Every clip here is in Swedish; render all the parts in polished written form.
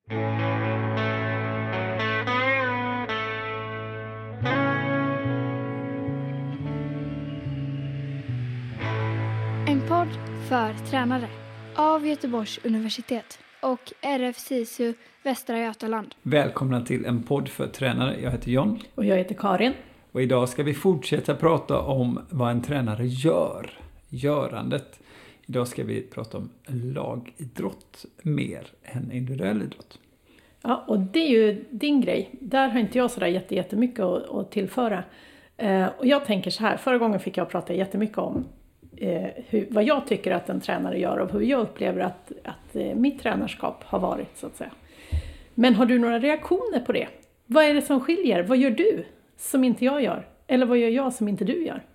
En podd för tränare av Göteborgs universitet och RF SISU Västra Götaland. Välkomna till en podd för tränare. Jag heter John. Och jag heter Karin. Och idag ska vi fortsätta prata om vad en tränare gör. Görandet. Idag ska vi prata om lagidrott mer än individuell idrott. Ja, och det är ju din grej. Där har inte jag sådär jättemycket att tillföra. Och jag tänker så här. Förra gången fick jag prata jättemycket om vad jag tycker att en tränare gör och hur jag upplever att mitt tränarskap har varit, så att säga. Men har du några reaktioner på det? Vad är det som skiljer? Vad gör du som inte jag gör? Eller vad gör jag som inte du gör?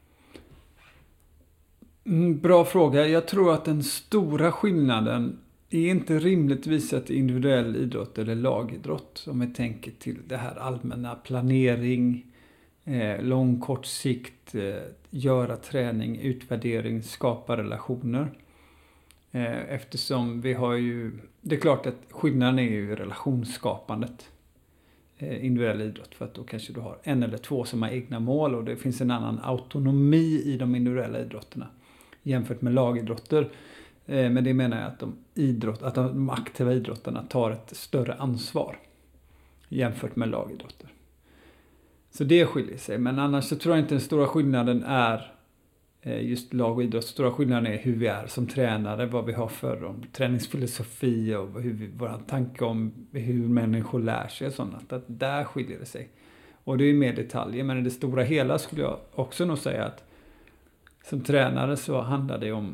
Bra fråga. Jag tror att den stora skillnaden är inte rimligtvis att individuell idrott eller lagidrott. Om vi tänker till det här allmänna planering, lång kort sikt, göra träning, utvärdering, skapa relationer. Eftersom vi har ju, det är klart att skillnaden är ju relationsskapandet. Individuell idrott, för att då kanske du har en eller två som har egna mål och det finns en annan autonomi i de individuella idrotterna jämfört med lagidrotter. Men det menar jag att de aktiva idrottarna tar ett större ansvar jämfört med lagidrotter. Så det skiljer sig. Men annars så tror jag inte den stora skillnaden är just lag och idrott. Stora skillnaden är hur vi är som tränare, vad vi har för träningsfilosofi och vår tanke om hur människor lär sig och sånt. Att där skiljer det sig. Och det är mer detaljer, men i det stora hela skulle jag också nog säga att som tränare så handlar det om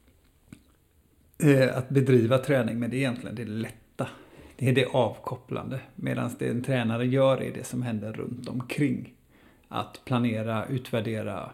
att bedriva träning, men det är egentligen det lätta. Det är det avkopplande. Medan det en tränare gör är det som händer runt omkring. Att planera, utvärdera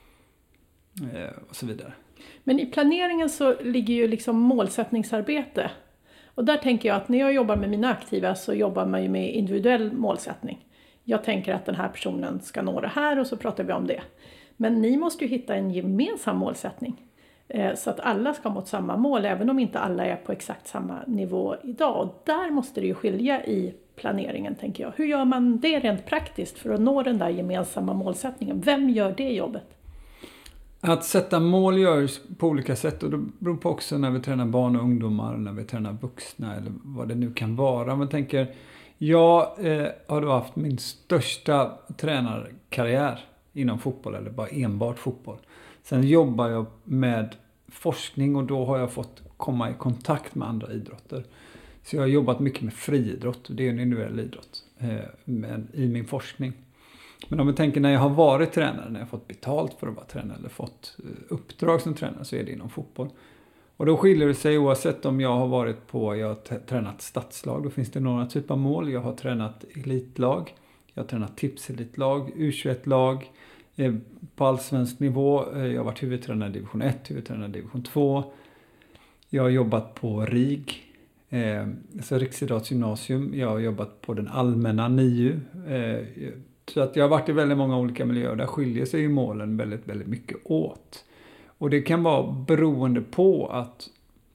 och så vidare. Men i planeringen så ligger ju liksom målsättningsarbete. Och där tänker jag att när jag jobbar med mina aktiva så jobbar man ju med individuell målsättning. Jag tänker att den här personen ska nå det här och så pratar vi om det. Men ni måste ju hitta en gemensam målsättning. Så att alla ska mot samma mål, även om inte alla är på exakt samma nivå idag. Och där måste det ju skilja i planeringen, tänker jag. Hur gör man det rent praktiskt för att nå den där gemensamma målsättningen? Vem gör det jobbet? Att sätta mål görs på olika sätt, och det beror på också när vi tränar barn och ungdomar, när vi tränar vuxna eller vad det nu kan vara. Man tänker, jag har då haft min största tränarkarriär inom fotboll, eller bara enbart fotboll. Sen jobbar jag med forskning och då har jag fått komma i kontakt med andra idrotter. Så jag har jobbat mycket med friidrott, och det är en individuell idrott i min forskning. Men om vi tänker när jag har varit tränare, när jag har fått betalt för att vara tränare eller fått uppdrag som tränare, så är det inom fotboll. Och då skiljer det sig oavsett om jag har tränat stadslag, då finns det några typer av mål. Jag har tränat elitlag, jag har tränat tipselitlag, U21-lag, på allsvensk nivå. Jag har varit huvudtränare i division 1, huvudtränare i division 2. Jag har jobbat på RIG, alltså Riksidrottsgymnasium. Jag har jobbat på den allmänna NIU. Så att jag har varit i väldigt många olika miljöer. Där skiljer sig ju målen väldigt, väldigt mycket åt. Och det kan vara beroende på att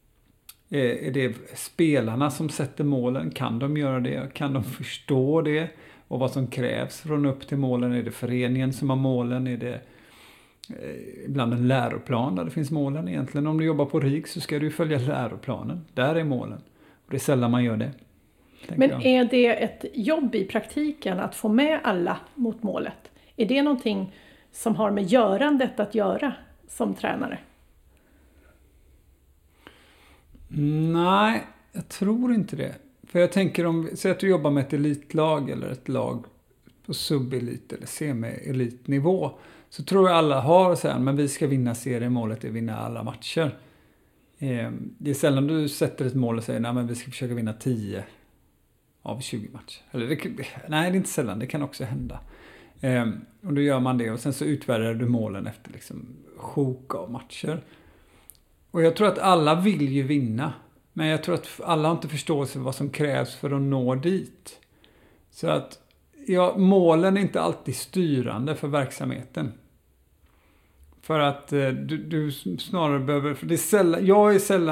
är det spelarna som sätter målen? Kan de göra det? Kan de förstå det? Och vad som krävs för att nå upp till målen? Är det föreningen som har målen? Är det ibland en läroplan där det finns målen? Egentligen om du jobbar på RIG så ska du följa läroplanen. Där är målen. Och det är sällan man gör det. Men är det ett jobb i praktiken att få med alla mot målet? Är det någonting som har med görandet att göra som tränare? Nej, jag tror inte det. För jag tänker säg att du jobbar med ett elitlag eller ett lag på subelit eller semi-elitnivå, så tror jag alla har så här, men vi ska vinna seriemålet, är vinna alla matcher. Det är sällan du sätter ett mål och säger nej, men vi ska försöka vinna 10 av 20 matcher. Eller nej, det är inte sällan, det kan också hända. Och då gör man det och sen så utvärderar du målen efter liksom sjok av matcher. Och jag tror att alla vill ju vinna. Men jag tror att alla har inte förståelse för vad som krävs för att nå dit. Så att målen är inte alltid styrande för verksamheten. För att du snarare behöver, för det är sällan, jag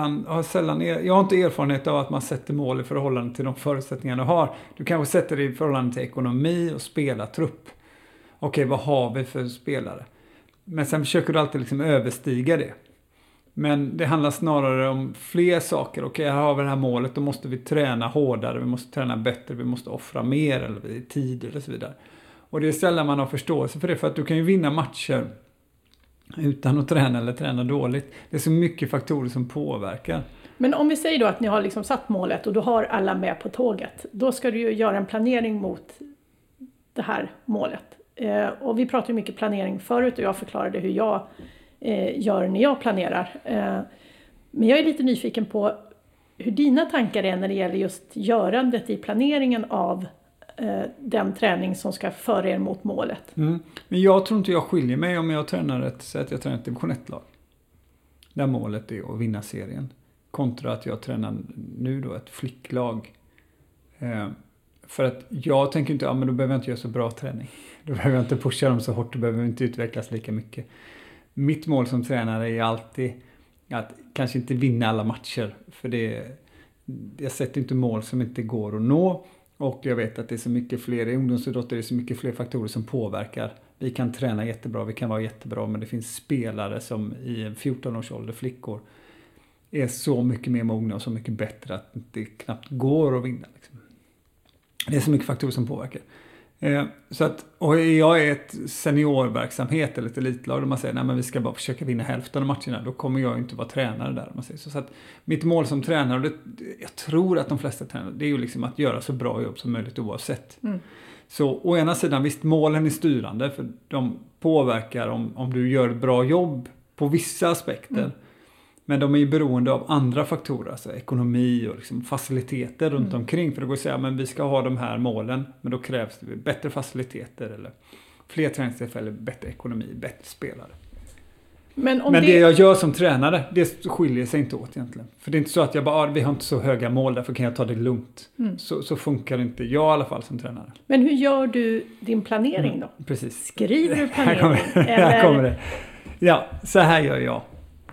har inte erfarenhet av att man sätter mål i förhållande till de förutsättningar du har. Du kanske sätter det i förhållande till ekonomi och spelartrupp. Okej, vad har vi för spelare? Men sen försöker du alltid liksom överstiga det. Men det handlar snarare om fler saker. Okej, här har vi det här målet, då måste vi träna hårdare, vi måste träna bättre, vi måste offra mer eller tid eller så vidare. Och det är sällan man har förståelse för det, för att du kan ju vinna matcher utan att träna eller träna dåligt. Det är så mycket faktorer som påverkar. Men om vi säger då att ni har liksom satt målet och du har alla med på tåget. Då ska du ju göra en planering mot det här målet. Och vi pratade ju mycket planering förut och jag förklarade hur jag gör när jag planerar. Men jag är lite nyfiken på hur dina tankar är när det gäller just görandet i planeringen av den träning som ska föra er mot målet. Men jag tror inte jag skiljer mig om jag tränar jag tränar ett division 1-lag. Där målet är att vinna serien. Kontra att jag tränar nu då ett flicklag. För att jag tänker inte, men då behöver jag inte göra så bra träning. Då behöver jag inte pusha dem så hårt, då behöver jag inte utvecklas lika mycket. Mitt mål som tränare är alltid att kanske inte vinna alla matcher. För jag sätter inte mål som inte går att nå. Och jag vet att det är så mycket fler i ungdomsidrott, det är så mycket fler faktorer som påverkar. Vi kan träna jättebra, vi kan vara jättebra, men det finns spelare som i en 14-årsålder, flickor, är så mycket mer mogna och så mycket bättre att det knappt går att vinna. Liksom. Det är så mycket faktorer som påverkar. Och jag är ett seniorverksamhet eller ett elitlag där man säger, nej men vi ska bara försöka vinna hälften av matcherna, då kommer jag inte vara tränare där. Man säger. Så att mitt mål som tränare, och jag tror att de flesta tränare, det är ju liksom att göra så bra jobb som möjligt oavsett. Så å ena sidan, visst, målen är styrande för de påverkar om du gör ett bra jobb på vissa aspekter. Men de är ju beroende av andra faktorer, alltså ekonomi och liksom faciliteter runt omkring. För det går att säga, men vi ska ha de här målen, men då krävs det bättre faciliteter eller fler träningstillfällen, bättre ekonomi, bättre spelare. Men det jag gör som tränare, det skiljer sig inte åt egentligen. För det är inte så att jag bara, vi har inte så höga mål, därför kan jag ta det lugnt. Så funkar det inte, jag i alla fall som tränare. Men hur gör du din planering då? Precis. Skriver du planering? Här kommer det. Ja, så här gör jag.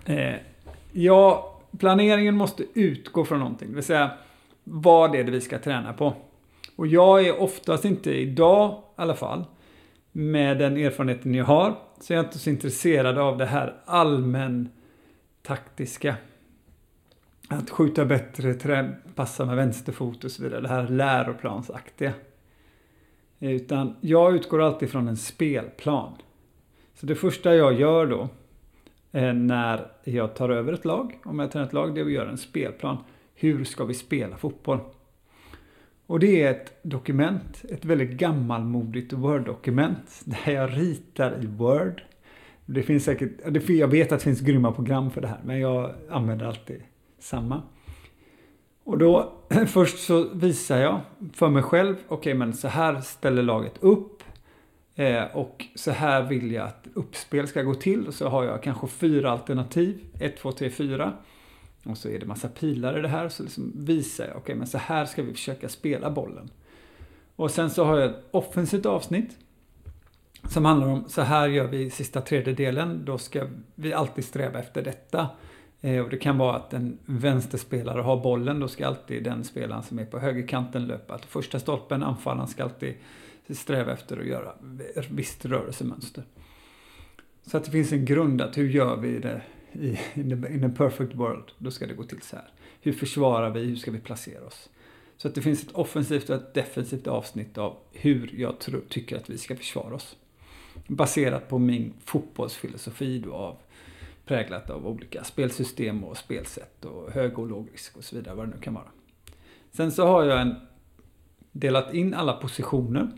Planeringen måste utgå från någonting. Det vill säga, vad är det vi ska träna på? Och jag är oftast inte idag i alla fall, med den erfarenheten jag har, så jag är inte så intresserad av det här allmän taktiska. Att skjuta bättre, passa med vänsterfot och så vidare. Det här läroplansaktiga. Utan jag utgår alltid från en spelplan. Så det första jag gör då, när jag tar över ett lag, om jag tränar ett lag, det är att göra en spelplan. Hur ska vi spela fotboll? Och det är ett dokument, ett väldigt gammalmodigt Word-dokument där jag ritar i Word. Det finns säkert, jag vet att det finns grymma program för det här, men jag använder alltid samma. Och då först så visar jag för mig själv, okej, men så här ställer laget upp. Och så här vill jag att uppspel ska gå till. Och så har jag kanske 4 alternativ. 1, 2, 3, 4. Och så är det massa pilar i det här. Så liksom visar jag, okej, men så här ska vi försöka spela bollen. Och sen så har jag ett offensivt avsnitt. Som handlar om, så här gör vi i sista tredjedelen. Då ska vi alltid sträva efter detta. Och det kan vara att en vänsterspelare har bollen. Då ska alltid den spelaren som är på högerkanten löpa till första stolpen. Anfallaren ska alltid sträva efter att göra ett visst rörelsemönster. Så att det finns en grund att hur gör vi det in a perfect world. Då ska det gå till så här. Hur försvarar vi? Hur ska vi placera oss? Så att det finns ett offensivt och ett defensivt avsnitt av hur jag tycker att vi ska försvara oss. Baserat på min fotbollsfilosofi då, präglat av olika spelsystem och spelsätt och hög och låg risk och så vidare, vad det nu kan vara. Sen så har jag delat in alla positioner.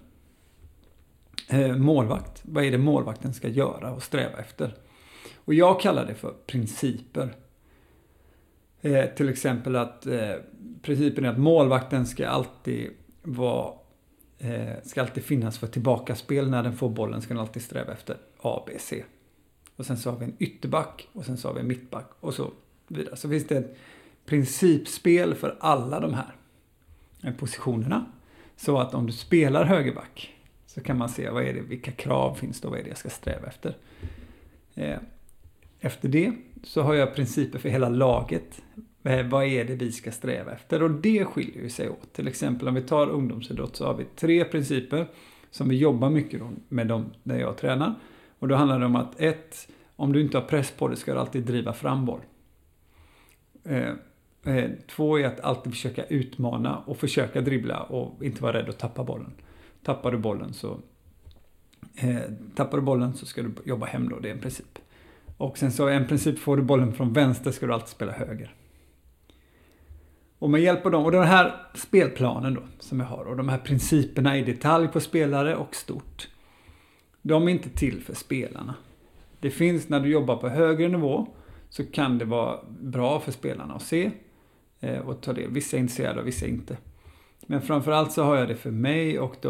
Målvakt. Vad är det målvakten ska göra och sträva efter? Och jag kallar det för principer. Till exempel att principen är att målvakten ska alltid finnas för tillbakaspel. När den får bollen ska den alltid sträva efter A, B, C. Och sen så har vi en ytterback och sen så har vi en mittback och så vidare. Så finns det ett principspel för alla de här positionerna. Så att om du spelar högerback så kan man se vilka krav finns då, vad är det jag ska sträva efter. Efter det så har jag principer för hela laget. Vad är det vi ska sträva efter? Och det skiljer ju sig åt. Till exempel om vi tar ungdomsidrott så har vi 3 principer som vi jobbar mycket med dem när jag tränar. Och då handlar det om att 1. Om du inte har press på det ska du alltid driva fram boll. 2 är att alltid försöka utmana och försöka dribbla och inte vara rädd att tappa bollen. Tappar du bollen så ska du jobba hem då, det är en princip. Och sen så en princip, får du bollen från vänster ska du alltid spela höger. Och med hjälp av dem, och den här spelplanen då som jag har och de här principerna i detalj på spelare och stort. De är inte till för spelarna. Det finns när du jobbar på högre nivå så kan det vara bra för spelarna att se och ta det. Vissa är intresserade och vissa inte. Men framförallt så har jag det för mig och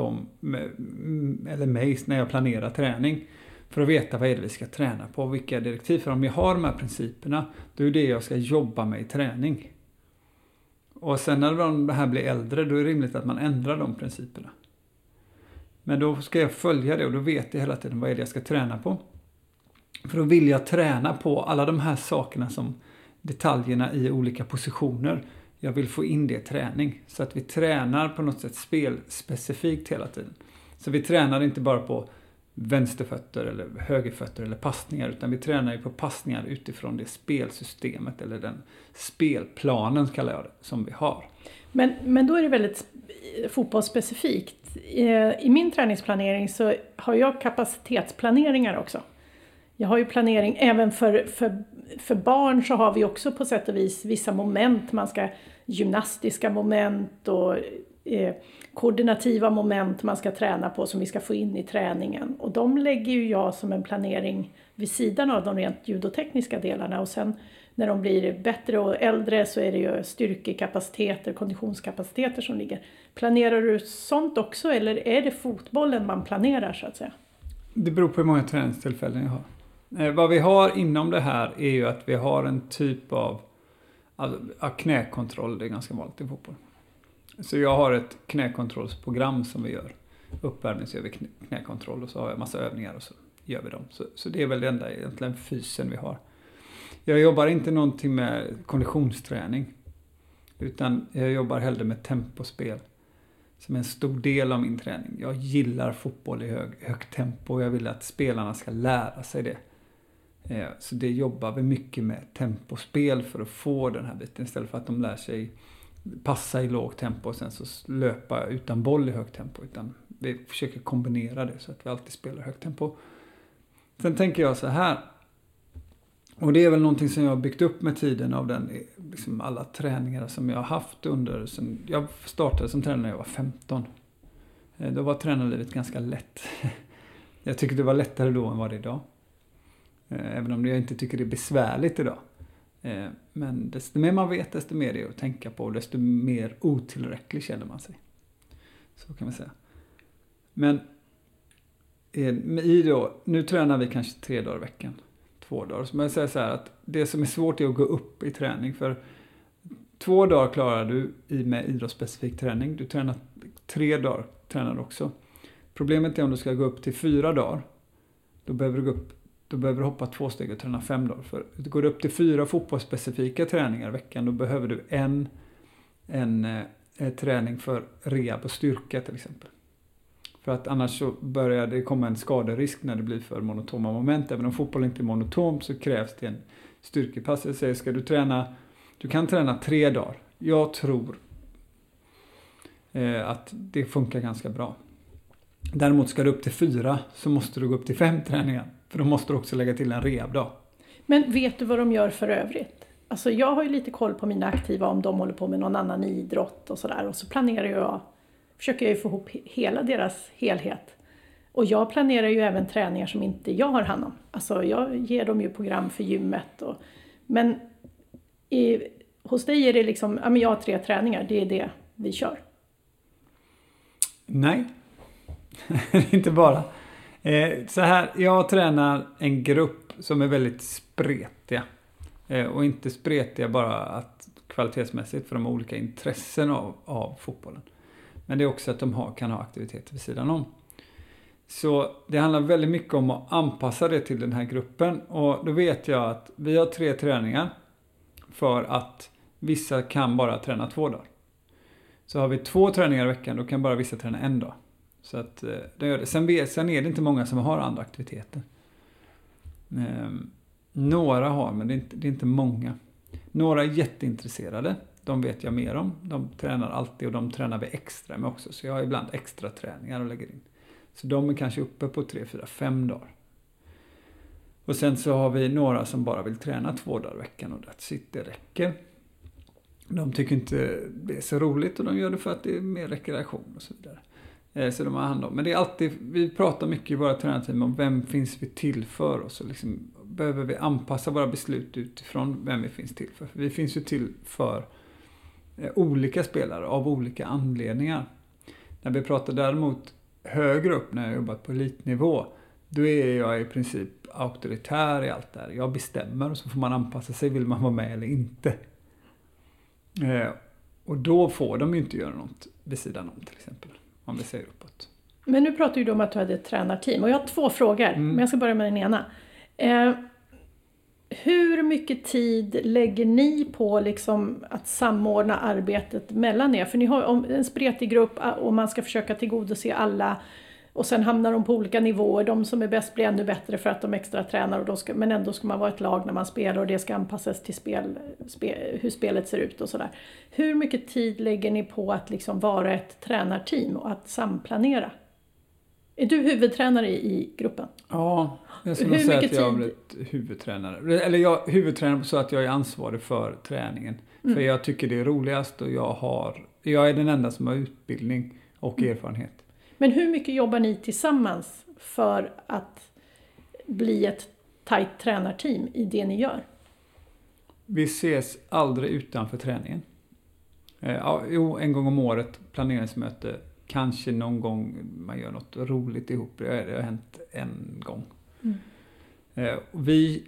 mig när jag planerar träning. För att veta vad är det vi ska träna på, vilka direktiv. För om jag har de här principerna, då är det jag ska jobba med i träning. Och sen när de här blir äldre, då är det rimligt att man ändrar de principerna. Men då ska jag följa det och då vet jag hela tiden vad är det jag ska träna på. För då vill jag träna på alla de här sakerna som detaljerna i olika positioner. Jag vill få in det i träning. Så att vi tränar på något sätt spelspecifikt hela tiden. Så vi tränar inte bara på vänsterfötter eller högerfötter eller passningar. Utan vi tränar ju på passningar utifrån det spelsystemet eller den spelplanen kallar jag det som vi har. Men då är det väldigt fotbollsspecifikt. I min träningsplanering så har jag kapacitetsplaneringar också. Jag har ju planering även för barn, så har vi också på sätt och vis vissa moment. Man ska gymnastiska moment och koordinativa moment man ska träna på som vi ska få in i träningen. Och de lägger ju jag som en planering vid sidan av de rent judotekniska delarna. Och sen när de blir bättre och äldre så är det ju styrkekapaciteter, konditionskapaciteter som ligger. Planerar du sånt också eller är det fotbollen man planerar så att säga? Det beror på hur många träningstillfällen jag har. Vad vi har inom det här är ju att vi har en typ av knäkontroll, det är ganska vanligt i fotboll. Så jag har ett knäkontrollsprogram som vi gör. Uppvärmning så gör vi knäkontroll och så har jag massa övningar och så gör vi dem. Så det är väl det enda egentligen fysen vi har. Jag jobbar inte någonting med konditionsträning. Utan jag jobbar hellre med tempospel. Som är en stor del av min träning. Jag gillar fotboll i högt tempo och jag vill att spelarna ska lära sig det. Så det jobbar vi mycket med tempospel för att få den här biten. Istället för att de lär sig passa i lågt tempo och sen så löpa utan boll i högt tempo. Utan vi försöker kombinera det så att vi alltid spelar högt tempo. Sen tänker jag så här. Och det är väl någonting som jag har byggt upp med tiden av den, liksom alla träningar som jag har haft under. Sen jag startade som tränare när jag var 15. Då var tränarlivet ganska lätt. Jag tycker det var lättare då än vad det är idag. Även om jag inte tycker det är besvärligt idag. Men desto mer man vet, desto mer det är att tänka på. Och desto mer otillräcklig känner man sig. Så kan man säga. Men nu tränar vi kanske 3 dagar i veckan. 2 dagar. Så man säger så här att det som är svårt är att gå upp i träning. För 2 dagar klarar du med idrottsspecifik träning. Du tränar 3 dagar tränar också. Problemet är om du ska gå upp till 4 dagar. Då behöver du hoppa 2 steg och träna 5 dagar. För går du upp till 4 fotbollsspecifika träningar i veckan. Då behöver du en träning för rehab och styrka till exempel. För att annars så börjar det komma en skaderisk när det blir för monotoma moment. Även om fotboll inte är monotom så krävs det en styrkepass. Jag säger, du kan träna 3 dagar. Jag tror att det funkar ganska bra. Däremot ska du upp till 4 så måste du gå upp till 5 träningar. För då måste du också lägga till en rehabdag. Men vet du vad de gör för övrigt? Alltså jag har ju lite koll på mina aktiva om de håller på med någon annan idrott och sådär. Och så försöker jag ju få ihop hela deras helhet. Och jag planerar ju även träningar som inte jag har hand om. Alltså jag ger dem ju program för gymmet. Men hos dig är det liksom, jag har 3 träningar, det är det vi kör. Nej, inte bara. Så här, jag tränar en grupp som är väldigt spretiga. Och inte spretiga bara kvalitetsmässigt för de har olika intressen av fotbollen. Men det är också att de kan ha aktiviteter vid sidan om. Så det handlar väldigt mycket om att anpassa det till den här gruppen. Och då vet jag att vi har 3 träningar för att vissa kan bara träna 2 dagar. Så har vi 2 träningar i veckan, då kan bara vissa träna 1 dag. Så att det gör det. Sen är det inte många som har andra aktiviteter. Några har, men det är inte många. Några är jätteintresserade. De vet jag mer om. De tränar alltid och de tränar vi extra med också. Så jag har ibland extra träningar och lägger in. Så de är kanske uppe på 3, 4, 5 dagar. Och sen så har vi några som bara vill träna 2 dagar i veckan och det räcker. De tycker inte det är så roligt och de gör det för att det är mer rekreation och så vidare. Så de har hand om. Men det är alltid, vi pratar mycket i våra tränarteam om vem finns vi till för oss. Och liksom behöver vi anpassa våra beslut utifrån vem vi finns till för. För vi finns ju till för olika spelare av olika anledningar. När vi pratar däremot högre upp när jag jobbat på elitnivå, då är jag i princip auktoritär i allt där. Jag bestämmer och så får man anpassa sig, vill man vara med eller inte. Och då får de ju inte göra något vid sidan om till exempel, om vi säger uppåt. Men nu pratar ju du om att du hade ett tränarteam och jag har 2 frågor, men jag ska börja med den ena. Hur mycket tid lägger ni på liksom att samordna arbetet mellan er? För ni har en spretig grupp och man ska försöka tillgodose alla. Och sen hamnar de på olika nivåer. De som är bäst blir ännu bättre för att de extra tränar. Men ändå ska man vara ett lag när man spelar och det ska anpassas till hur spelet ser ut och sådär. Hur mycket tid lägger ni på att liksom vara ett tränarteam och att samplanera? Är du huvudtränare i gruppen? Ja, jag skulle säga att jag har blivit huvudtränare. Eller jag huvudtränare så att jag är ansvarig för träningen. För jag tycker det är roligast och jag är den enda som har utbildning och erfarenhet. Men hur mycket jobbar ni tillsammans för att bli ett tajt tränarteam i det ni gör? Vi ses aldrig utanför träningen. En gång om året, planeringsmöte. Kanske någon gång man gör något roligt ihop. Det har hänt en gång. Vi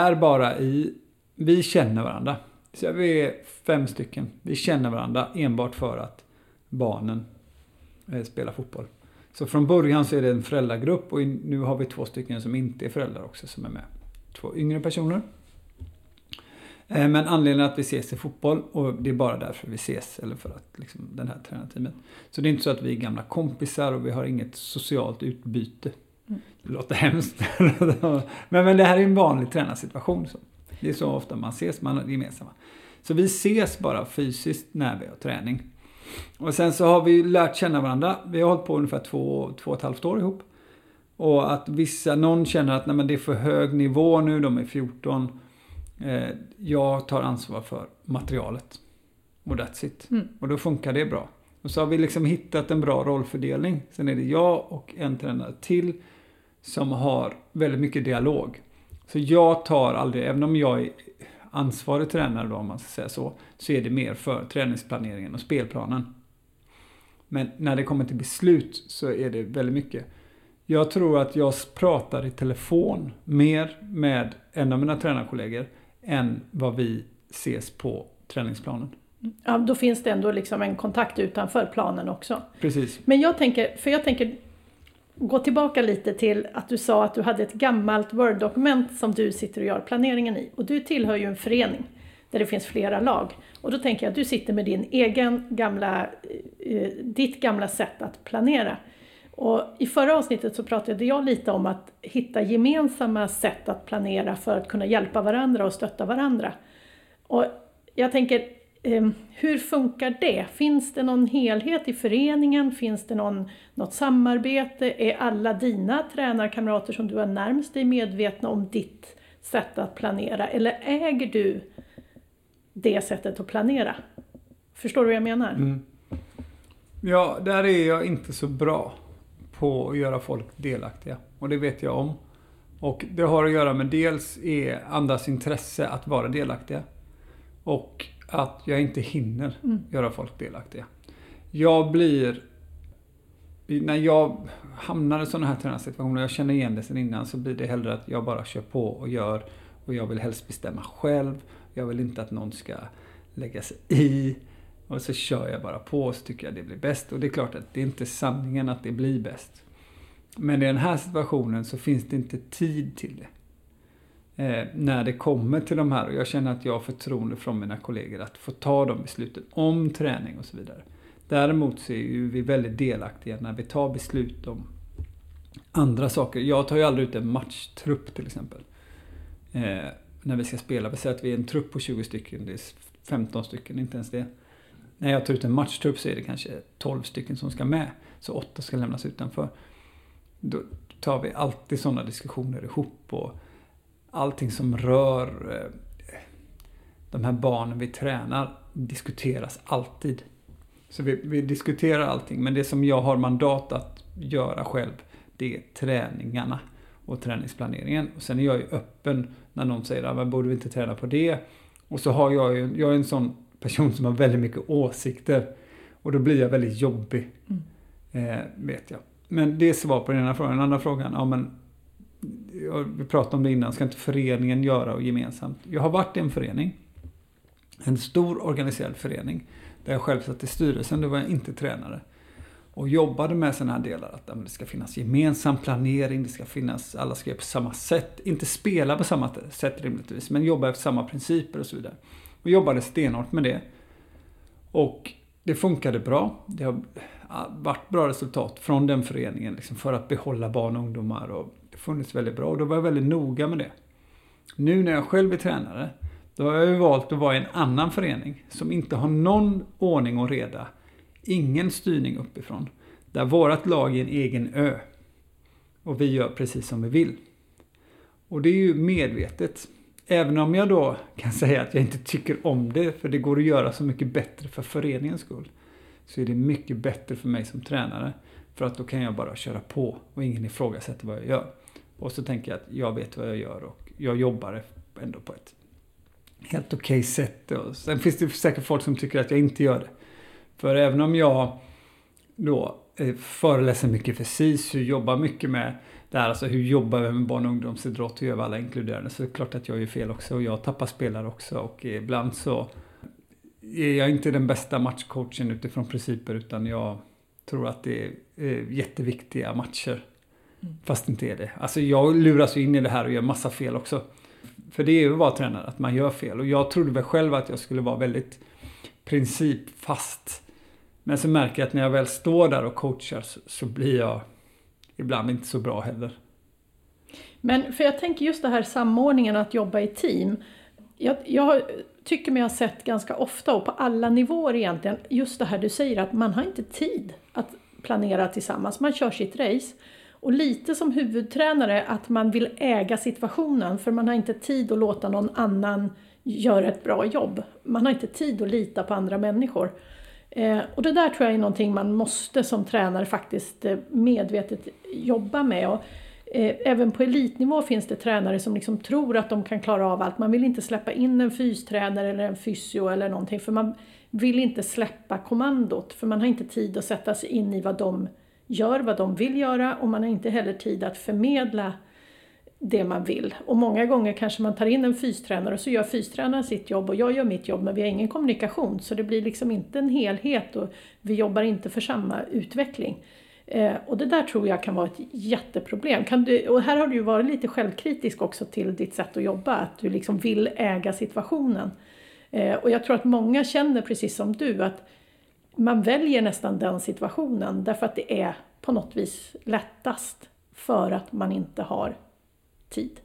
känner varandra. Så vi är 5 stycken. Vi känner varandra enbart för att barnen spelar fotboll. Så från början så är det en föräldragrupp och nu har vi 2 stycken som inte är föräldrar också som är med. 2 yngre personer. Men anledningen att vi ses i fotboll och det är bara därför vi ses eller för att liksom, den här tränarteamet. Så det är inte så att vi är gamla kompisar och vi har inget socialt utbyte. Det låter hemskt. men det här är en vanlig tränarsituation. Så. Det är så ofta man ses, man är gemensamma. Så vi ses bara fysiskt när vi har träning. Och sen så har vi lärt känna varandra. Vi har hållit på ungefär 2,5 år ihop. Och att någon känner att nej, men det är för hög nivå nu, de är 14. Jag tar ansvar för materialet. Och that's it. Och då funkar det bra. Och så har vi liksom hittat en bra rollfördelning. Sen är det jag och en tränare till som har väldigt mycket dialog. Så jag tar aldrig, även om jag är ansvarig tränare då, om man ska säga så är det mer för träningsplaneringen och spelplanen. Men när det kommer till beslut så är det väldigt mycket. Jag tror att jag pratar i telefon mer med en av mina tränarkollegor än vad vi ses på träningsplanen. Ja, då finns det ändå liksom en kontakt utanför planen också. Precis. Men jag tänker gå tillbaka lite till att du sa att du hade ett gammalt Word-dokument som du sitter och gör planeringen i. Och du tillhör ju en förening där det finns flera lag. Och då tänker jag att du sitter med ditt gamla sätt att planera. Och i förra avsnittet så pratade jag lite om att hitta gemensamma sätt att planera för att kunna hjälpa varandra och stötta varandra. Och jag tänker, hur funkar det? Finns det någon helhet i föreningen? Finns det något samarbete? Är alla dina tränarkamrater som du har närmast dig medvetna om ditt sätt att planera? Eller äger du det sättet att planera? Förstår du vad jag menar? Ja, där är jag inte så bra på att göra folk delaktiga. Och det vet jag om. Och det har att göra med dels är andras intresse att vara delaktiga. Och att jag inte hinner göra folk delaktiga. När jag hamnar i sådana här tränarsituationer, jag känner igen det sedan innan, så blir det hellre att jag bara kör på och gör. Och jag vill helst bestämma själv. Jag vill inte att någon ska lägga sig i. Och så kör jag bara på och så tycker jag det blir bäst. Och det är klart att det är inte sanningen att det blir bäst. Men i den här situationen så finns det inte tid till det. När det kommer till de här, och jag känner att jag har förtroende från mina kollegor att få ta de besluten om träning och så vidare. Däremot så är ju vi väldigt delaktiga när vi tar beslut om andra saker. Jag tar ju aldrig ut en matchtrupp till exempel. När vi ska spela, vi säger att vi är en trupp på 20 stycken, det är 15 stycken, inte ens det. När jag tar ut en matchtrupp så är det kanske 12 stycken som ska med, så 8 ska lämnas utanför. Då tar vi alltid sådana diskussioner ihop, och allting som rör de här barnen vi tränar diskuteras alltid. Så vi diskuterar allting, men det som jag har mandat att göra själv, det är träningarna och träningsplaneringen. Och sen är jag ju öppen när någon säger att borde vi inte träna på det. Och så har jag är en sån person som har väldigt mycket åsikter, och då blir jag väldigt jobbig, vet jag. Men det är svar på den ena frågan. Den andra frågan, ja men vi pratade om det innan, ska inte föreningen göra och gemensamt? Jag har varit i en förening, en stor organiserad förening, där jag själv satt i styrelsen, då var jag inte tränare. Och jobbade med sådana här delar, att det ska finnas gemensam planering, det ska finnas, alla ska göra på samma sätt, inte spela på samma sätt rimligtvis, men jobba efter samma principer och så vidare. Och jobbade stenhårt med det. Och det funkade bra. Det har varit bra resultat från den föreningen liksom, för att behålla barn och ungdomar, och det funnits väldigt bra, och då var jag väldigt noga med det. Nu när jag själv är tränare, då har jag ju valt att vara i en annan förening som inte har någon ordning och reda, ingen styrning uppifrån, där vårat lag är en egen ö, och vi gör precis som vi vill. Och det är ju medvetet. Även om jag då kan säga att jag inte tycker om det, för det går att göra så mycket bättre för föreningens skull, så är det mycket bättre för mig som tränare, för att då kan jag bara köra på och ingen ifrågasätter vad jag gör. Och så tänker jag att jag vet vad jag gör, och jag jobbar ändå på ett helt okej sätt. Och sen finns det säkert folk som tycker att jag inte gör det. För även om jag då föreläser mycket för SISU, jobbar mycket med det här, alltså hur jobbar vi med barn- och ungdomsidrott, hur gör vi alla inkluderande, så är det klart att jag är fel också, och jag tappar spelare också, och ibland så är jag inte den bästa matchcoachen utifrån principer, utan jag tror att det är jätteviktiga matcher, fast inte är det. Alltså jag luras in i det här och gör massa fel också, för det är ju att vara tränare, att man gör fel, och jag trodde väl själv att jag skulle vara väldigt principfast, men så märker jag att när jag väl står där och coachar så blir jag ibland inte så bra heller. Men för jag tänker just det här samordningen, att jobba i team. Jag tycker mig ha sett ganska ofta, och på alla nivåer egentligen, just det här du säger, att man har inte tid att planera tillsammans. Man kör sitt race. Och lite som huvudtränare att man vill äga situationen, för man har inte tid att låta någon annan göra ett bra jobb. Man har inte tid att lita på andra människor. Och det där tror jag är någonting man måste som tränare faktiskt medvetet jobba med. Och även på elitnivå finns det tränare som liksom tror att de kan klara av allt. Man vill inte släppa in en fystränare eller en fysio eller någonting, för man vill inte släppa kommandot, för man har inte tid att sätta sig in i vad de gör, vad de vill göra, och man har inte heller tid att förmedla det man vill. Och många gånger kanske man tar in en fystränare, och så gör fystränaren sitt jobb och jag gör mitt jobb, men vi har ingen kommunikation, så det blir liksom inte en helhet, och vi jobbar inte för samma utveckling. Och det där tror jag kan vara ett jätteproblem. Och här har du ju varit lite självkritisk också till ditt sätt att jobba, att du liksom vill äga situationen. Och jag tror att många känner precis som du, att man väljer nästan den situationen därför att det är på något vis lättast, för att man inte har tid.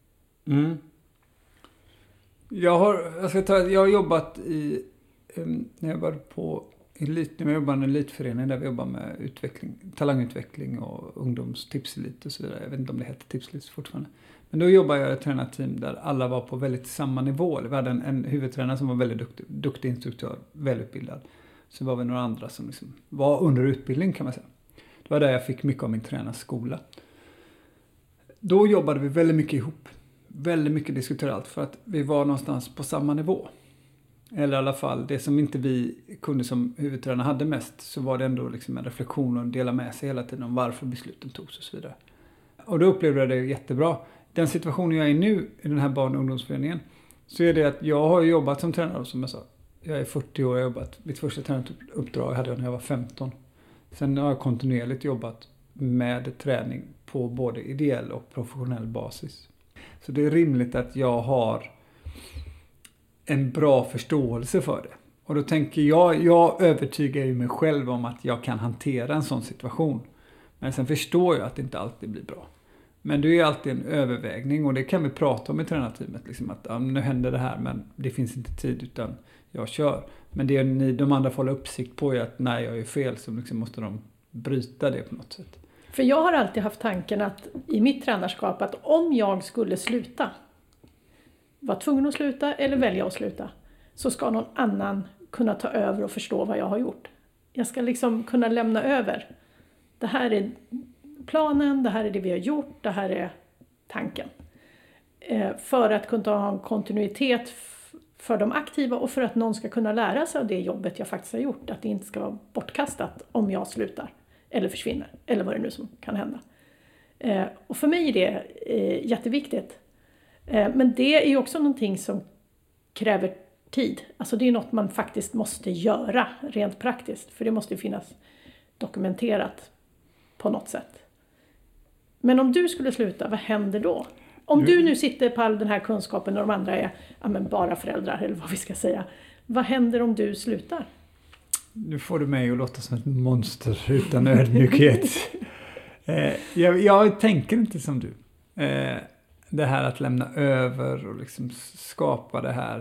Jag har jobbat när jag jobbade på jag jobbade i en elitförening där vi jobbar med talangutveckling och ungdomstipselit och så vidare. Jag vet inte om det heter tipselit fortfarande. Men då jobbade jag i ett tränarteam där alla var på väldigt samma nivå. Vi hade en huvudtränare som var väldigt duktig instruktör, välutbildad. Så var vi några andra som liksom var under utbildning, kan man säga. Det var där jag fick mycket av min tränarskola. Då jobbade vi väldigt mycket ihop. Väldigt mycket diskuterade allt, för att vi var någonstans på samma nivå. Eller i alla fall, det som inte vi kunde som huvudtränare hade mest, så var det ändå liksom en reflektion och dela med sig hela tiden om varför besluten togs och så vidare. Och då upplevde jag det jättebra. Den situationen jag är i nu i den här barn- och ungdomsföreningen, så är det att jag har jobbat som tränare, som jag sa. Jag är 40 år och har jobbat. Mitt första tränaruppdrag hade jag när jag var 15. Sen har jag kontinuerligt jobbat med träning på både ideell och professionell basis. Så det är rimligt att jag har en bra förståelse för det. Och då tänker jag övertygar ju mig själv om att jag kan hantera en sån situation. Men sen förstår jag att det inte alltid blir bra. Men det är alltid en övervägning och det kan vi prata om i tränarteamet. Liksom att nu händer det här men det finns inte tid utan jag kör. Men det de andra får hålla uppsikt på är att när jag är fel så liksom måste de bryta det på något sätt. För jag har alltid haft tanken att i mitt tränarskap att om jag skulle sluta, vara tvungen att sluta eller välja att sluta, så ska någon annan kunna ta över och förstå vad jag har gjort. Jag ska liksom kunna lämna över. Det här är planen, det här är det vi har gjort, det här är tanken. För att kunna ha en kontinuitet för de aktiva och för att någon ska kunna lära sig av det jobbet jag faktiskt har gjort. Att det inte ska vara bortkastat om jag slutar eller försvinner eller vad det nu som kan hända. Och för mig är det jätteviktigt. Men det är ju också någonting som kräver tid. Alltså det är något man faktiskt måste göra rent praktiskt. För det måste ju finnas dokumenterat på något sätt. Men om du skulle sluta, vad händer då? Om du nu sitter på all den här kunskapen och de andra är bara föräldrar eller vad vi ska säga. Vad händer om du slutar? Nu får du mig att låta som ett monster utan ödmjukhet. Jag tänker inte som du. Det här att lämna över och liksom skapa det här.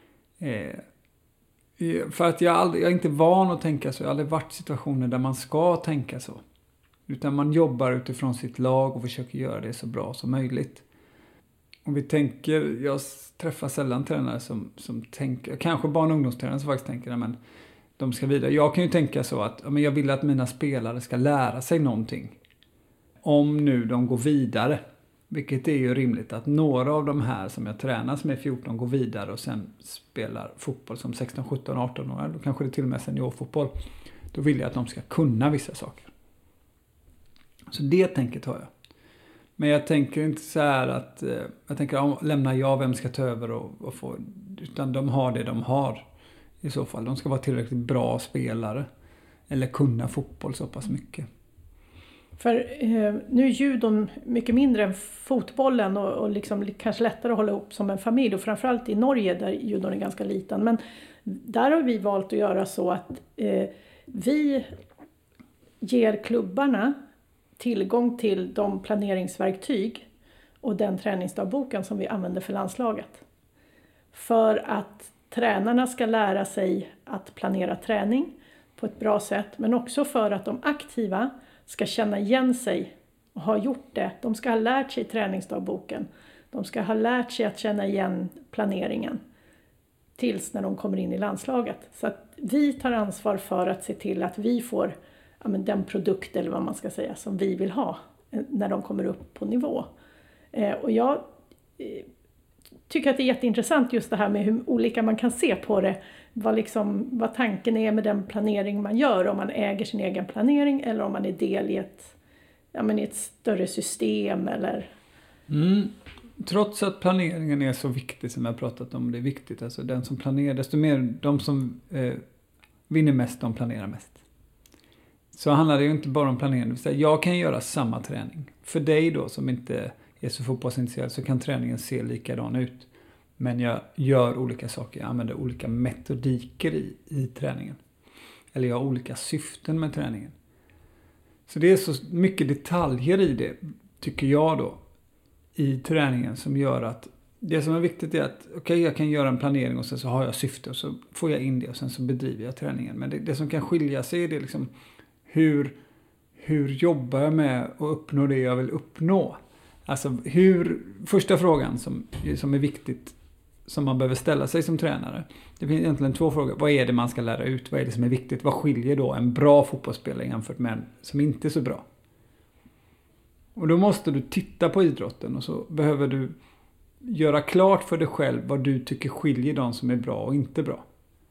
För att jag är inte van att tänka så. Jag har aldrig varit i situationer där man ska tänka så. Utan man jobbar utifrån sitt lag och försöker göra det så bra som möjligt. Och vi tänker, jag träffar sällan tränare som tänker, kanske barn- och ungdomstränare som faktiskt tänker, men de ska vidare. Jag kan ju tänka så att jag vill att mina spelare ska lära sig någonting. Om nu de går vidare. Vilket är ju rimligt att några av de här som jag tränar som är 14 går vidare och sen spelar fotboll som 16, 17, 18 år. Då kanske det till och med seniorfotboll. Då vill jag att de ska kunna vissa saker. Så det tänket har jag. Men jag tänker inte så här att jag tänker lämnar jag, vem ska ta över och få, utan de har det de har i så fall. De ska vara tillräckligt bra spelare eller kunna fotboll så pass mycket. För nu är judon mycket mindre än fotbollen och liksom kanske lättare att hålla ihop som en familj. Och framförallt i Norge där judon är ganska liten. Men där har vi valt att göra så att vi ger klubbarna tillgång till de planeringsverktyg och den träningsdagboken som vi använder för landslaget. För att tränarna ska lära sig att planera träning på ett bra sätt. Men också för att de aktiva ska känna igen sig och ha gjort det. De ska ha lärt sig träningsdagboken. De ska ha lärt sig att känna igen planeringen tills när de kommer in i landslaget. Så att vi tar ansvar för att se till att vi får den produkt eller vad man ska säga som vi vill ha när de kommer upp på nivå. Och jag tycker att det är jätteintressant just det här med hur olika man kan se på det. Vad tanken är med den planering man gör. Om man äger sin egen planering eller om man är del i ett större system. Eller... Trots att planeringen är så viktig som jag har pratat om, det är viktigt. Alltså den som planerar, desto mer de som vinner mest, de planerar mest. Så handlar det ju inte bara om planering. Det vill säga, jag kan göra samma träning. För dig då som inte är så fotbollsintresserad så kan träningen se likadan ut. Men jag gör olika saker. Jag använder olika metodiker i träningen. Eller jag har olika syften med träningen. Så det är så mycket detaljer i det, tycker jag då, i träningen som gör att det som är viktigt är att jag kan göra en planering och sen så har jag syfte och så får jag in det och sen så bedriver jag träningen. Men det som kan skilja sig är det liksom hur jobbar jag med att uppnå det jag vill uppnå? Alltså första frågan som är viktigt som man behöver ställa sig som tränare. Det finns egentligen 2 frågor. Vad är det man ska lära ut? Vad är det som är viktigt? Vad skiljer då en bra fotbollsspelare jämfört med en som inte är så bra? Och då måste du titta på idrotten och så behöver du göra klart för dig själv vad du tycker skiljer de som är bra och inte bra.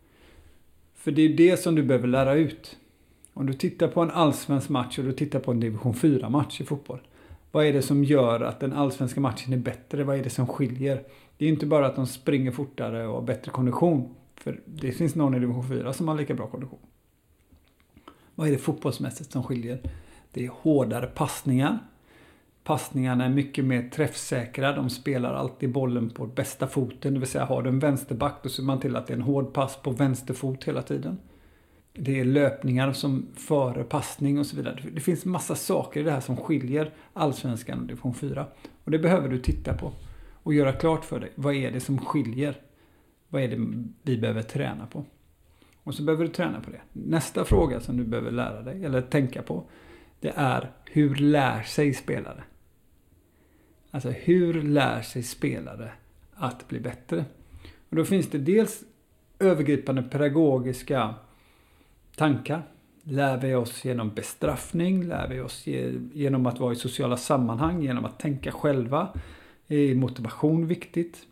För det är det som du behöver lära ut. Om du tittar på en allsvensk match och du tittar på en division 4-match i fotboll. Vad är det som gör att den allsvenska matchen är bättre? Vad är det som skiljer? Det är inte bara att de springer fortare och har bättre kondition. För det finns någon i division 4 som har lika bra kondition. Vad är det fotbollsmässigt som skiljer? Det är hårdare passningar. Passningarna är mycket mer träffsäkra. De spelar alltid bollen på bästa foten. Det vill säga har du en vänsterback då ser man till att det är en hård pass på vänster fot hela tiden. Det är löpningar som före passning och så vidare. Det finns massa saker i det här som skiljer Allsvenskan och division 4. Och det behöver du titta på och göra klart för dig. Vad är det som skiljer? Vad är det vi behöver träna på? Och så behöver du träna på det. Nästa fråga som du behöver lära dig eller tänka på, det är hur lär sig spelare? Alltså hur lär sig spelare att bli bättre? Och då finns det dels övergripande pedagogiska tankar. Lär vi oss genom bestraffning? Lär vi oss genom att vara i sociala sammanhang? Genom att tänka själva? Är motivation viktigt?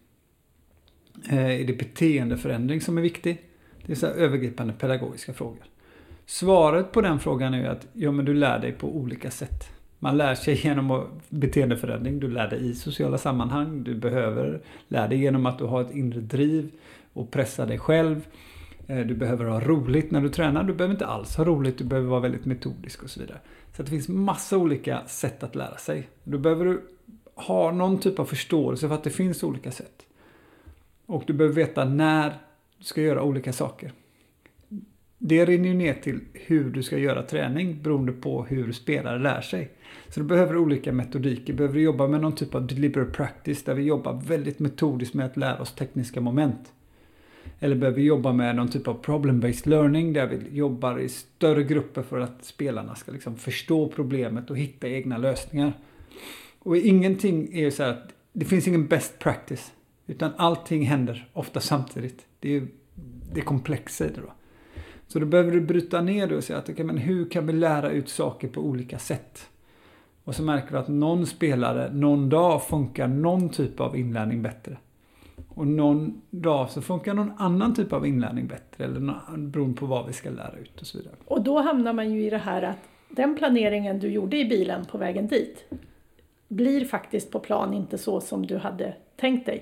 Är det beteendeförändring som är viktig? Det är så här övergripande pedagogiska frågor. Svaret på den frågan är att men du lär dig på olika sätt. Man lär sig genom beteendeförändring. Du lär dig i sociala sammanhang. Du behöver lära dig genom att du har ett inre driv och pressa dig själv. Du behöver ha roligt när du tränar. Du behöver inte alls ha roligt. Du behöver vara väldigt metodisk och så vidare. Så det finns massa olika sätt att lära sig. Då behöver du ha någon typ av förståelse för att det finns olika sätt. Och du behöver veta när du ska göra olika saker. Det rinner ju ner till hur du ska göra träning beroende på hur spelare lär sig. Så du behöver olika metodiker. Du behöver jobba med någon typ av deliberate practice där vi jobbar väldigt metodiskt med att lära oss tekniska moment. Eller behöver jobba med någon typ av problem-based learning där vi jobbar i större grupper för att spelarna ska liksom förstå problemet och hitta egna lösningar. Och ingenting är ju så här att det finns ingen best practice utan allting händer ofta samtidigt. Det är komplexa i det då. Så då behöver du bryta ner det och säga att men hur kan vi lära ut saker på olika sätt? Och så märker vi att någon spelare någon dag funkar någon typ av inlärning bättre. Och någon dag så funkar någon annan typ av inlärning bättre. Eller beroende på vad vi ska lära ut och så vidare. Och då hamnar man ju i det här att den planeringen du gjorde i bilen på vägen dit blir faktiskt på plan inte så som du hade tänkt dig.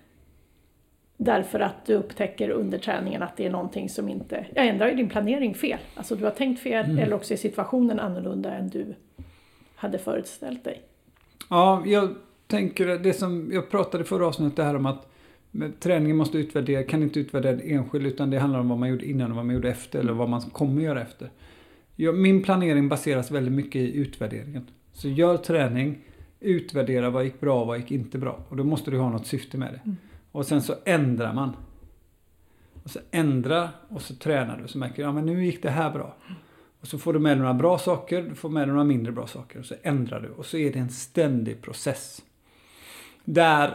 Därför att du upptäcker under träningen att det är någonting som inte... Jag ändrar ju din planering fel. Alltså du har tänkt fel eller också är situationen annorlunda än du hade föreställt dig. Ja, jag tänker det som jag pratade förra avsnittet det här om att träningen måste utvärdera, kan inte utvärdera enskild utan det handlar om vad man gjorde innan och vad man gjorde efter eller vad man kommer göra efter. Min planering baseras väldigt mycket i utvärderingen. Så gör träning, utvärdera vad gick bra och vad gick inte bra. Och då måste du ha något syfte med det. Och sen så ändrar man. Och så ändrar och så tränar du. Så märker du, men nu gick det här bra. Och så får du med några bra saker, du får med några mindre bra saker. Och så ändrar du. Och så är det en ständig process. Där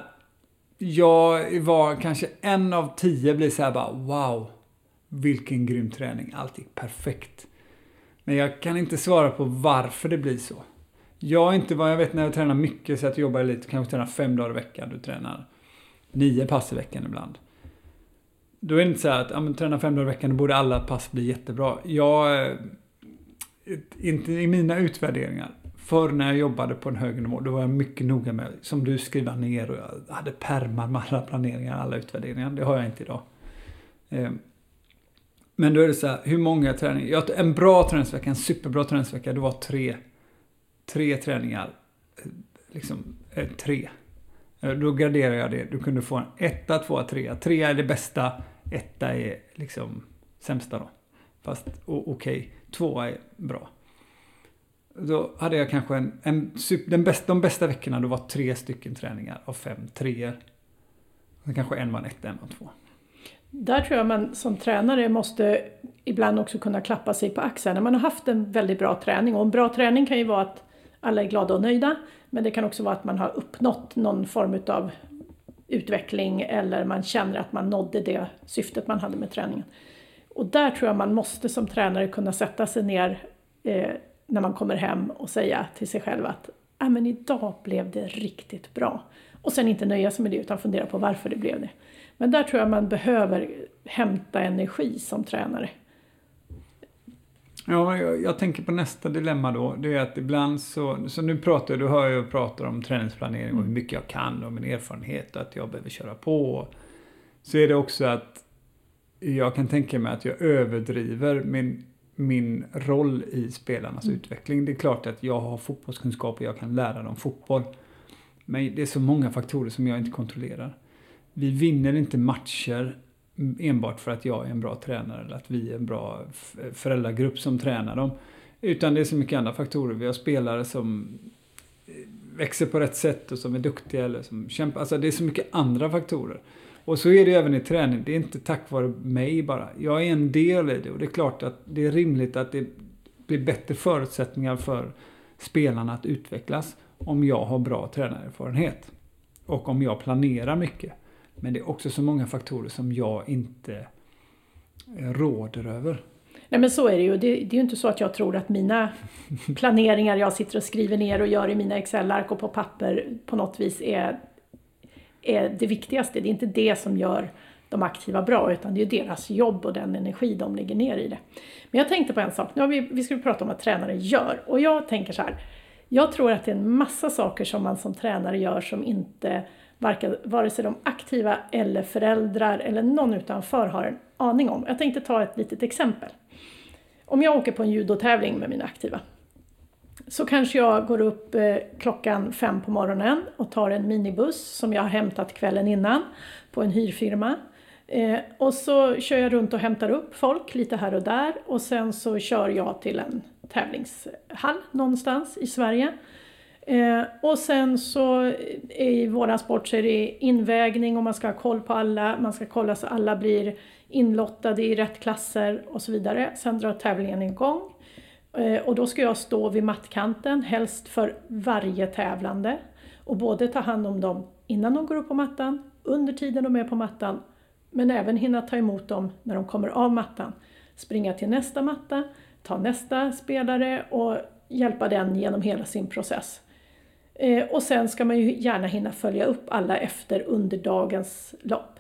jag var kanske 1 av 10 blir så här bara, wow, vilken grym träning. Allt gick perfekt. Men jag kan inte svara på varför det blir så. Jag är inte vad jag vet när jag tränar mycket så att jag jobbar lite, kanske tränar 5 dagar i veckan. Du tränar 9 pass i veckan ibland. Då är det inte så här att träna 5 dagar i veckan, då borde alla pass bli jättebra. Inte i mina utvärderingar. Förr när jag jobbade på en högre nivå, då var jag mycket noga med, som du skriva ner, och jag hade pärmar med alla planeringar, alla utvärderingar. Det har jag inte idag. Men då är det så här, hur många träningar? En bra träningsvecka, en superbra träningsvecka, det var 3 träningar. Liksom 3. Då graderar jag det. Du kunde få en 1, 2, 3. 3 är det bästa, 1 är liksom sämsta då. Fast okej, 2 är bra. Då hade jag kanske de bästa veckorna då var 3 stycken träningar av 5 treor. Kanske en var en 1, en var 2. Där tror jag man som tränare måste ibland också kunna klappa sig på axeln. När man har haft en väldigt bra träning. Och en bra träning kan ju vara att alla är glada och nöjda. Men det kan också vara att man har uppnått någon form av utveckling. Eller man känner att man nådde det syftet man hade med träningen. Och där tror jag man måste som tränare kunna sätta sig ner när man kommer hem och säga till sig själv att men idag blev det riktigt bra. Och sen inte nöja sig med det utan fundera på varför det blev det. Men där tror jag man behöver hämta energi som tränare. Ja, jag tänker på nästa dilemma då. Det är att ibland så nu hör jag pratar om träningsplanering och hur mycket jag kan och min erfarenhet och att jag behöver köra på. Så är det också att jag kan tänka mig att jag överdriver min roll i spelarnas utveckling. Det är klart att jag har fotbollskunskap och jag kan lära dem fotboll. Men det är så många faktorer som jag inte kontrollerar. Vi vinner inte matcher enbart för att jag är en bra tränare eller att vi är en bra föräldragrupp som tränar dem. Utan det är så mycket andra faktorer. Vi har spelare som växer på rätt sätt och som är duktiga eller som kämpar. Alltså det är så mycket andra faktorer. Och så är det även i träning. Det är inte tack vare mig bara. Jag är en del i det och det är klart att det är rimligt att det blir bättre förutsättningar för spelarna att utvecklas om jag har bra tränarerfarenhet. Och om jag planerar mycket. Men det är också så många faktorer som jag inte råder över. Nej men så är det ju. Det är ju inte så att jag tror att mina planeringar jag sitter och skriver ner och gör i mina Excel-ark och på papper på något vis är det viktigaste. Det är inte det som gör de aktiva bra utan det är deras jobb och den energi de lägger ner i det. Men jag tänkte på en sak. Nu har vi skulle prata om vad tränare gör. Och jag tänker så här. Jag tror att det är en massa saker som man som tränare gör som inte vare sig de aktiva eller föräldrar eller någon utanför har en aning om. Jag tänkte ta ett litet exempel. Om jag åker på en judotävling med mina aktiva så kanske jag går upp 5:00 på morgonen och tar en minibuss som jag har hämtat kvällen innan på en hyrfirma. Och så kör jag runt och hämtar upp folk lite här och där och sen så kör jag till en tävlingshall någonstans i Sverige. Och sen så i våran sport så är det invägning och man ska ha koll på alla. Man ska kolla så alla blir inlottade i rätt klasser och så vidare. Sen drar tävlingen igång. Och då ska jag stå vid mattkanten, helst för varje tävlande. Och både ta hand om dem innan de går upp på mattan, under tiden de är på mattan. Men även hinna ta emot dem när de kommer av mattan. Springa till nästa matta, ta nästa spelare och hjälpa den genom hela sin process. Och sen ska man ju gärna hinna följa upp alla efter under dagens lopp.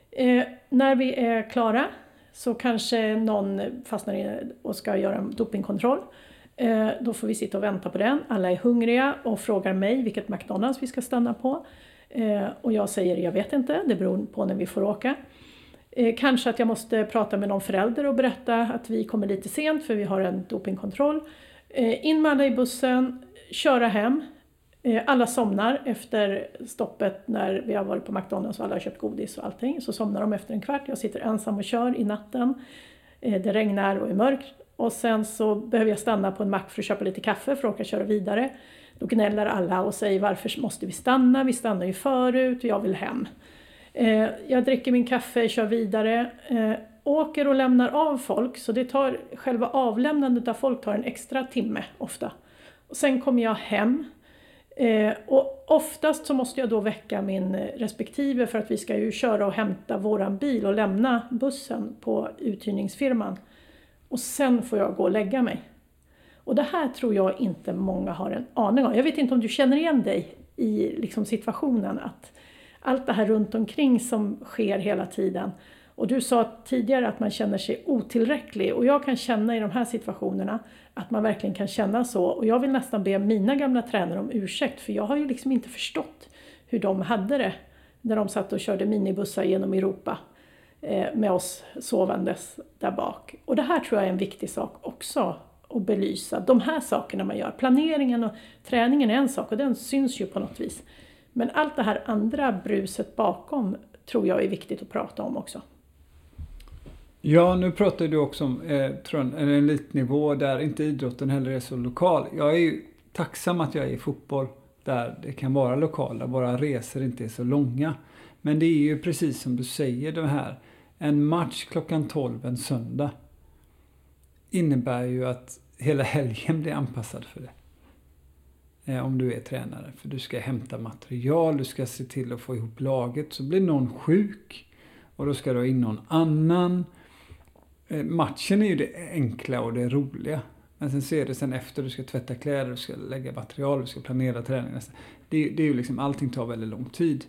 När vi är klara så kanske någon fastnar och ska göra en dopingkontroll. Då får vi sitta och vänta på den. Alla är hungriga och frågar mig vilket McDonald's vi ska stanna på. Och jag säger jag vet inte, det beror på när vi får åka. Kanske att jag måste prata med någon förälder och berätta att vi kommer lite sent för vi har en dopingkontroll. In med alla i bussen, köra hem. Alla somnar efter stoppet när vi har varit på McDonald's och alla har köpt godis och allting. Så somnar de efter en kvart. Jag sitter ensam och kör i natten. Det regnar och är mörkt. Och sen så behöver jag stanna på en mack för att köpa lite kaffe för att åka köra vidare. Då gnäller alla och säger varför måste vi stanna? Vi stannar ju förut och jag vill hem. Jag dricker min kaffe, kör vidare. Åker och lämnar av folk. Så det tar, själva avlämnandet av folk tar en extra timme ofta. Och sen kommer jag hem. Och oftast så måste jag då väcka min respektive för att vi ska ju köra och hämta våran bil och lämna bussen på uthyrningsfirman. Och sen får jag gå och lägga mig. Och det här tror jag inte många har en aning om. Jag vet inte om du känner igen dig i liksom situationen att allt det här runt omkring som sker hela tiden. Och du sa tidigare att man känner sig otillräcklig. Och jag kan känna i de här situationerna att man verkligen kan känna så. Och jag vill nästan be mina gamla tränare om ursäkt. För jag har ju liksom inte förstått hur de hade det. När de satt och körde minibussar genom Europa. Med oss sovandes där bak. Och det här tror jag är en viktig sak också. Att belysa de här sakerna man gör. Planeringen och träningen är en sak. Och den syns ju på något vis. Men allt det här andra bruset bakom tror jag är viktigt att prata om också. Ja, nu pratar du också om en elitnivå där inte idrotten heller är så lokal. Jag är ju tacksam att jag är i fotboll där det kan vara lokal, där våra resor inte är så långa. Men det är ju precis som du säger det här. En match 12 en söndag innebär ju att hela helgen blir anpassad för det. Om du är tränare. För du ska hämta material, du ska se till att få ihop laget. Så blir någon sjuk och då ska du ha in någon annan. Matchen är ju det enkla och det roliga. Men sen ser det sen efter, du ska tvätta kläder, du ska lägga material, du ska planera träningen. Det är ju liksom, allting tar väldigt lång tid.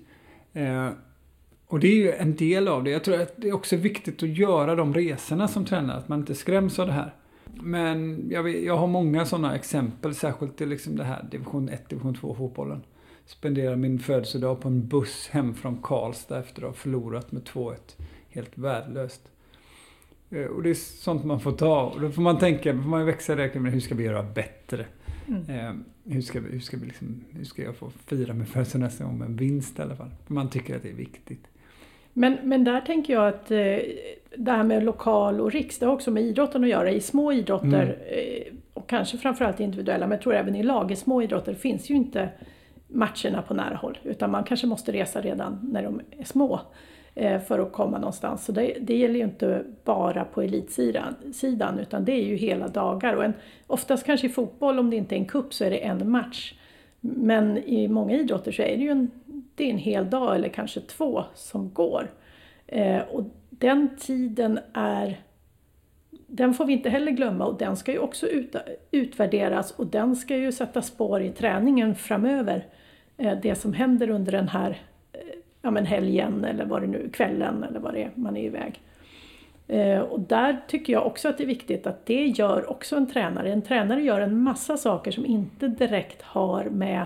Och det är ju en del av det. Jag tror att det är också viktigt att göra de resorna som tränare, att man inte skräms av det här. Men jag har många sådana exempel, särskilt till liksom det här division 1, division 2 fotbollen. Spenderar min födelsedag på en buss hem från Karlstad efter att ha förlorat med 2-1. Helt värdelöst. Och det är sånt man får ta. Och då får man tänka, får man växa räkna med hur ska vi göra bättre? Hur ska jag få fira med födelsen nästa gång med en vinst i alla fall? För man tycker att det är viktigt. Men där tänker jag att det här med lokal och riks, det har också med idrotten att göra. I små idrotter, och kanske framförallt individuella, men jag tror även i lag, i små idrotter finns ju inte matcherna på nära håll. Utan man kanske måste resa redan när de är små för att komma någonstans. Så det gäller ju inte bara på elitsidan, utan det är ju hela dagar. Och oftast kanske i fotboll, om det inte är en kupp, så är det en match. Men i många idrotter så är det ju det är en hel dag eller kanske 2 som går. Och den tiden den får vi inte heller glömma, och den ska ju också utvärderas, och den ska ju sätta spår i träningen framöver. Det som händer under den här helgen eller vad det nu, kvällen eller vad det är man är iväg. Och där tycker jag också att det är viktigt att det gör också en tränare. En tränare gör en massa saker som inte direkt har med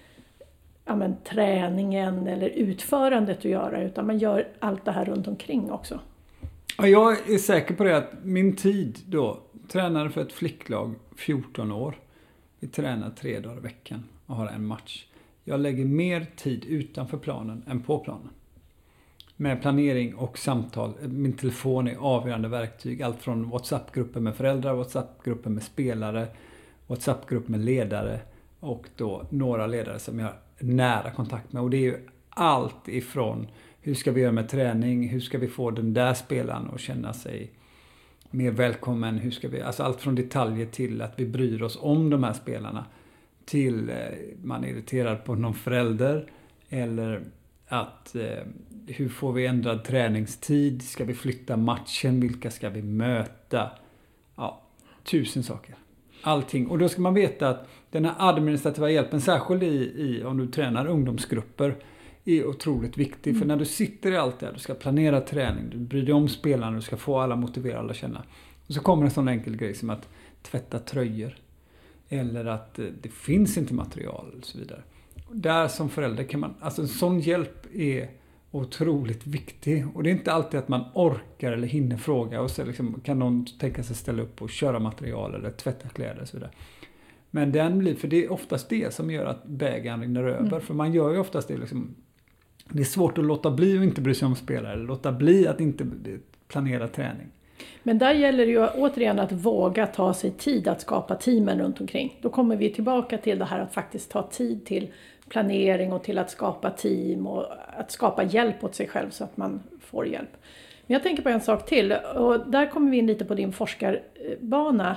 träningen eller utförandet att göra, utan man gör allt det här runt omkring också. Ja, jag är säker på det att min tid då, tränare för ett flicklag 14 år, vi tränar 3 dagar i veckan och har en match. Jag lägger mer tid utanför planen än på planen. Med planering och samtal. Min telefon är avgörande verktyg. Allt från WhatsApp-grupper med föräldrar, WhatsApp-grupper med spelare, WhatsApp-grupper med ledare och då några ledare som jag har nära kontakt med. Och det är ju allt ifrån hur ska vi göra med träning, hur ska vi få den där spelaren att känna sig mer välkommen, hur ska vi, alltså allt från detaljer till att vi bryr oss om de här spelarna, till man är irriterad på någon förälder, eller att hur får vi ändrad träningstid, ska vi flytta matchen, vilka ska vi möta, 1000 saker. Allting. Och då ska man veta att den här administrativa hjälpen, särskilt i om du tränar ungdomsgrupper, är otroligt viktig. För när du sitter i allt det här, du ska planera träning, du bryr dig om spelarna, du ska få alla motivera, alla känna. Och så kommer en sån enkel grej som att tvätta tröjor. Eller att det finns inte material och så vidare. Och där som förälder kan man, alltså en sån hjälp är otroligt viktig. Och det är inte alltid att man orkar eller hinner fråga. Och så liksom, kan någon tänka sig ställa upp och köra material eller tvätta kläder och så vidare. Men för det är oftast det som gör att bägaren rinner över. För man gör ju oftast det liksom, det är svårt att låta bli och inte bry sig om spelare. Eller låta bli att inte planera träning. Men där gäller det ju återigen att våga ta sig tid att skapa teamen runt omkring. Då kommer vi tillbaka till det här att faktiskt ta tid till planering och till att skapa team och att skapa hjälp åt sig själv så att man får hjälp. Men jag tänker på en sak till, och där kommer vi in lite på din forskarbana.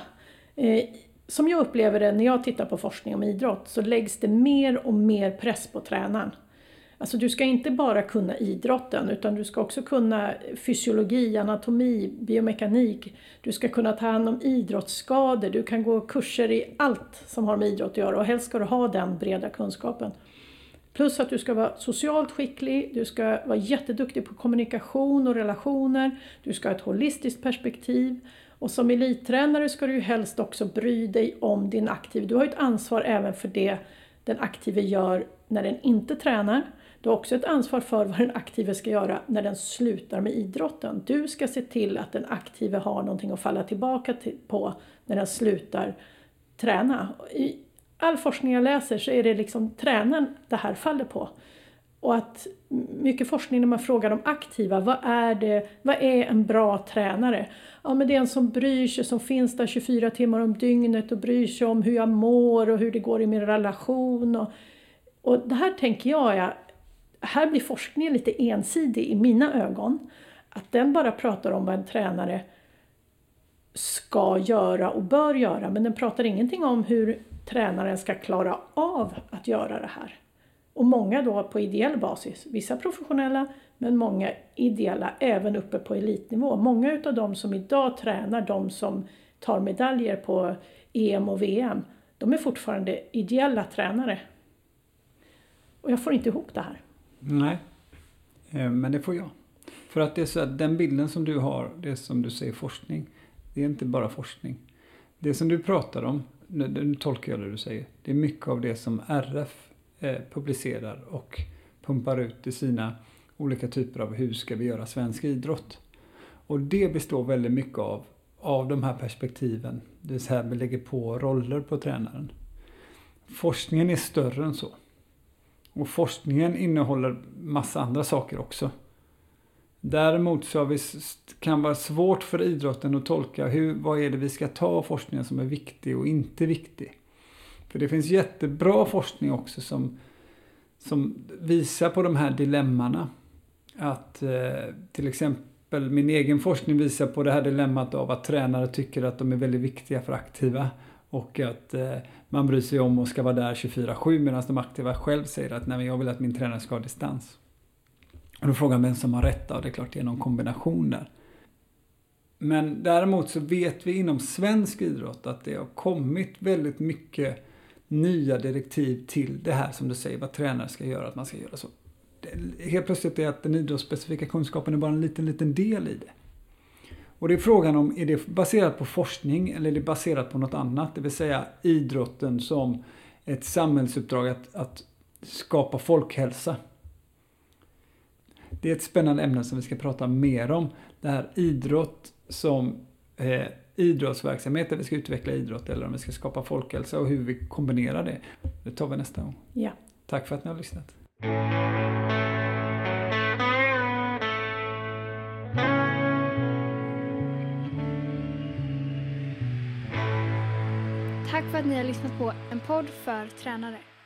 Som jag upplever det när jag tittar på forskning om idrott, så läggs det mer och mer press på tränaren. Alltså du ska inte bara kunna idrotten, utan du ska också kunna fysiologi, anatomi, biomekanik. Du ska kunna ta hand om idrottsskador. Du kan gå kurser i allt som har med idrott att göra, och helst ska du ha den breda kunskapen. Plus att du ska vara socialt skicklig, du ska vara jätteduktig på kommunikation och relationer. Du ska ha ett holistiskt perspektiv. Och som elittränare ska du ju helst också bry dig om din aktiv. Du har ett ansvar även för det den aktive gör när den inte tränar. Du har också ett ansvar för vad den aktive ska göra när den slutar med idrotten. Du ska se till att den aktive har någonting att falla tillbaka på när den slutar träna. I all forskning jag läser så är det liksom tränaren det här faller på. Och att mycket forskning när man frågar de aktiva, vad är en bra tränare? Ja, men det är en som bryr sig, som finns där 24 timmar om dygnet och bryr sig om hur jag mår och hur det går i min relation. Och det här tänker jag, här blir forskningen lite ensidig i mina ögon. Att den bara pratar om vad en tränare ska göra och bör göra, men den pratar ingenting om hur tränaren ska klara av att göra det här. Och många då på ideell basis, vissa professionella men många ideella även uppe på elitnivå. Många utav de som idag tränar, de som tar medaljer på EM och VM, de är fortfarande ideella tränare. Och jag får inte ihop det här. Nej, men det får jag. För att det är så att den bilden som du har, det som du säger forskning, det är inte bara forskning. Det som du pratar om, nu tolkar jag det du säger, det är mycket av det som RF publicerar och pumpar ut i sina olika typer av hur ska vi göra svensk idrott. Och det består väldigt mycket av de här perspektiven. Det vill säga vi lägger på roller på tränaren. Forskningen är större än så. Och forskningen innehåller massa andra saker också. Däremot så kan det vara svårt för idrotten att tolka vad är det vi ska ta av forskningen som är viktig och inte viktig. För det finns jättebra forskning också som visar på de här dilemmana. Att till exempel min egen forskning visar på det här dilemmat av att tränare tycker att de är väldigt viktiga för aktiva. Och att man bryr sig om och ska vara där 24/7 medan de aktiva själv säger att nej, men jag vill att min tränare ska ha distans. Och då frågar man vem som har rätt, och det är klart det är någon kombination där. Men däremot så vet vi inom svensk idrott att det har kommit väldigt mycket nya direktiv till det här som du säger, vad tränare ska göra, att man ska göra så. Helt plötsligt är att den idrottsspecifika kunskapen är bara en liten del i det. Och det är frågan om, är det baserat på forskning eller är det baserat på något annat? Det vill säga idrotten som ett samhällsuppdrag att skapa folkhälsa. Det är ett spännande ämne som vi ska prata mer om. Det här idrott som idrottsverksamhet, där vi ska utveckla idrott eller om vi ska skapa folkhälsa och hur vi kombinerar det. Det tar vi nästa gång. Ja. Tack för att ni har lyssnat. Tack för att ni har lyssnat på en podd för tränare.